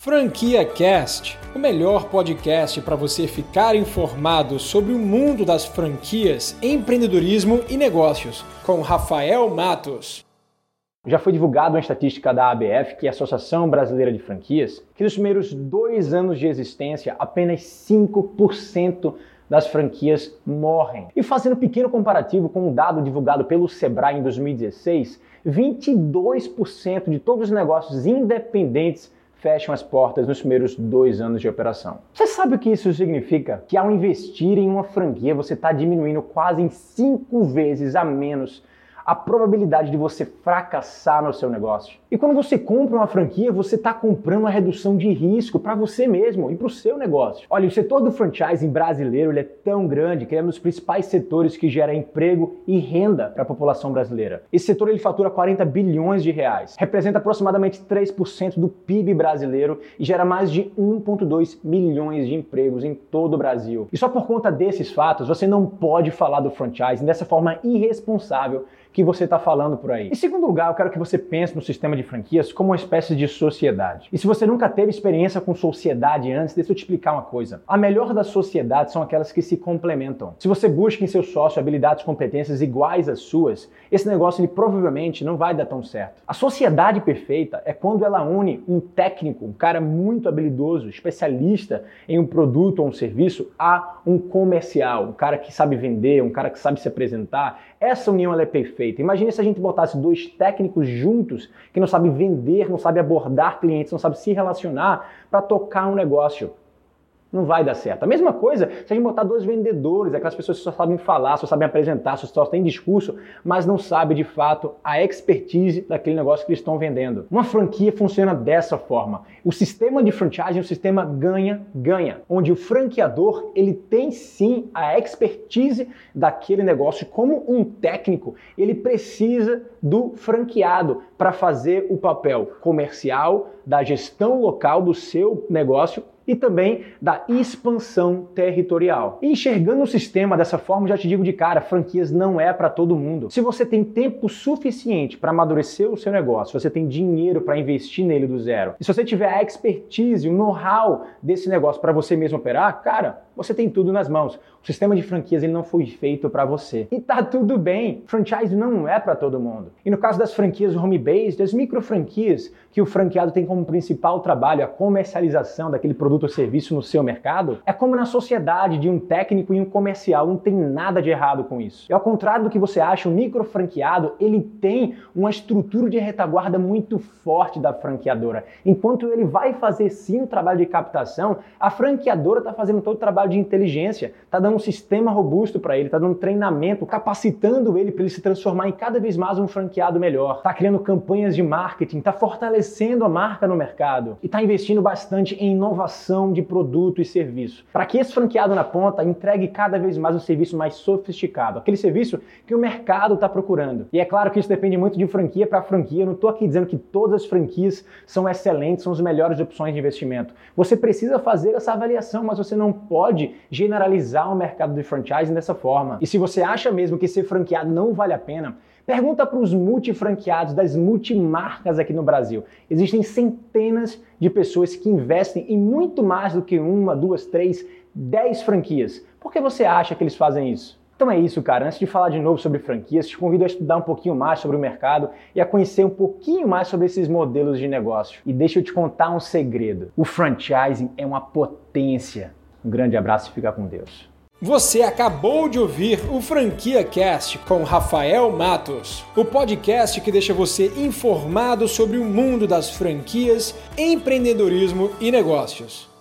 Franquia Cast, o melhor podcast para você ficar informado sobre o mundo das franquias, empreendedorismo e negócios, com Rafael Matos. Já foi divulgada uma estatística da ABF, que é a Associação Brasileira de Franquias, que nos primeiros 2 anos de existência, apenas 5% das franquias morrem. E fazendo um pequeno comparativo com um dado divulgado pelo Sebrae em 2016, 22% de todos os negócios independentes fecham as portas nos primeiros 2 anos de operação. Você sabe o que isso significa? Que ao investir em uma franquia, você está diminuindo quase em 5 vezes a menos a probabilidade de você fracassar no seu negócio. E quando você compra uma franquia, você está comprando uma redução de risco para você mesmo e para o seu negócio. Olha, o setor do franchising brasileiro ele é tão grande que ele é um dos principais setores que gera emprego e renda para a população brasileira. Esse setor ele fatura 40 bilhões de reais, representa aproximadamente 3% do PIB brasileiro e gera mais de 1,2 milhões de empregos em todo o Brasil. E só por conta desses fatos, você não pode falar do franchising dessa forma irresponsável que você está falando por aí. Em segundo lugar, eu quero que você pense no sistema de franquias como uma espécie de sociedade. E se você nunca teve experiência com sociedade antes, deixa eu te explicar uma coisa. A melhor das sociedades são aquelas que se complementam. Se você busca em seu sócio habilidades e competências iguais às suas, esse negócio ele provavelmente não vai dar tão certo. A sociedade perfeita é quando ela une um técnico, um cara muito habilidoso, especialista em um produto ou um serviço, a um comercial, um cara que sabe vender, um cara que sabe se apresentar. Essa união ela é perfeita. Imagine se a gente botasse 2 técnicos juntos que não sabem vender, não sabem abordar clientes, não sabem se relacionar para tocar um negócio. Não vai dar certo. A mesma coisa se a gente botar 2 vendedores, aquelas pessoas que só sabem falar, só sabem apresentar, só têm discurso, mas não sabem de fato a expertise daquele negócio que eles estão vendendo. Uma franquia funciona dessa forma. O sistema de franchising é um sistema ganha-ganha, onde o franqueador ele tem sim a expertise daquele negócio. Como um técnico, ele precisa do franqueado para fazer o papel comercial, da gestão local do seu negócio e também da expansão territorial. E enxergando o sistema dessa forma, já te digo de cara, franquias não é para todo mundo. Se você tem tempo suficiente para amadurecer o seu negócio, se você tem dinheiro para investir nele do zero, e se você tiver a expertise, o know-how desse negócio para você mesmo operar, cara, você tem tudo nas mãos. O sistema de franquias ele não foi feito para você. E tá tudo bem. Franchise não é para todo mundo. E no caso das franquias home-based, das micro franquias, que o franqueado tem como principal trabalho a comercialização daquele produto ou serviço no seu mercado, é como na sociedade de um técnico e um comercial. Não tem nada de errado com isso. E ao contrário do que você acha, o micro franqueado ele tem uma estrutura de retaguarda muito forte da franqueadora. Enquanto ele vai fazer sim o trabalho de captação, a franqueadora está fazendo todo o trabalho de inteligência, está dando um sistema robusto para ele, está dando um treinamento, capacitando ele para ele se transformar em cada vez mais um franqueado melhor, está criando campanhas de marketing, está fortalecendo a marca no mercado e está investindo bastante em inovação de produto e serviço, para que esse franqueado na ponta entregue cada vez mais um serviço mais sofisticado, aquele serviço que o mercado está procurando. E é claro que isso depende muito de franquia para franquia, eu não estou aqui dizendo que todas as franquias são excelentes, são as melhores opções de investimento. Você precisa fazer essa avaliação, mas você não pode generalizar o mercado de franchising dessa forma. E se você acha mesmo que ser franqueado não vale a pena, pergunta para os multifranqueados das multimarcas aqui no Brasil. Existem centenas de pessoas que investem em muito mais do que 1, 2, 3, 10 franquias. Por que você acha que eles fazem isso? Então é isso, cara. Antes de falar de novo sobre franquias, te convido a estudar um pouquinho mais sobre o mercado e a conhecer um pouquinho mais sobre esses modelos de negócio. E deixa eu te contar um segredo. O franchising é uma potência. Um grande abraço e fica com Deus. Você acabou de ouvir o Franquia Cast com Rafael Matos, o podcast que deixa você informado sobre o mundo das franquias, empreendedorismo e negócios.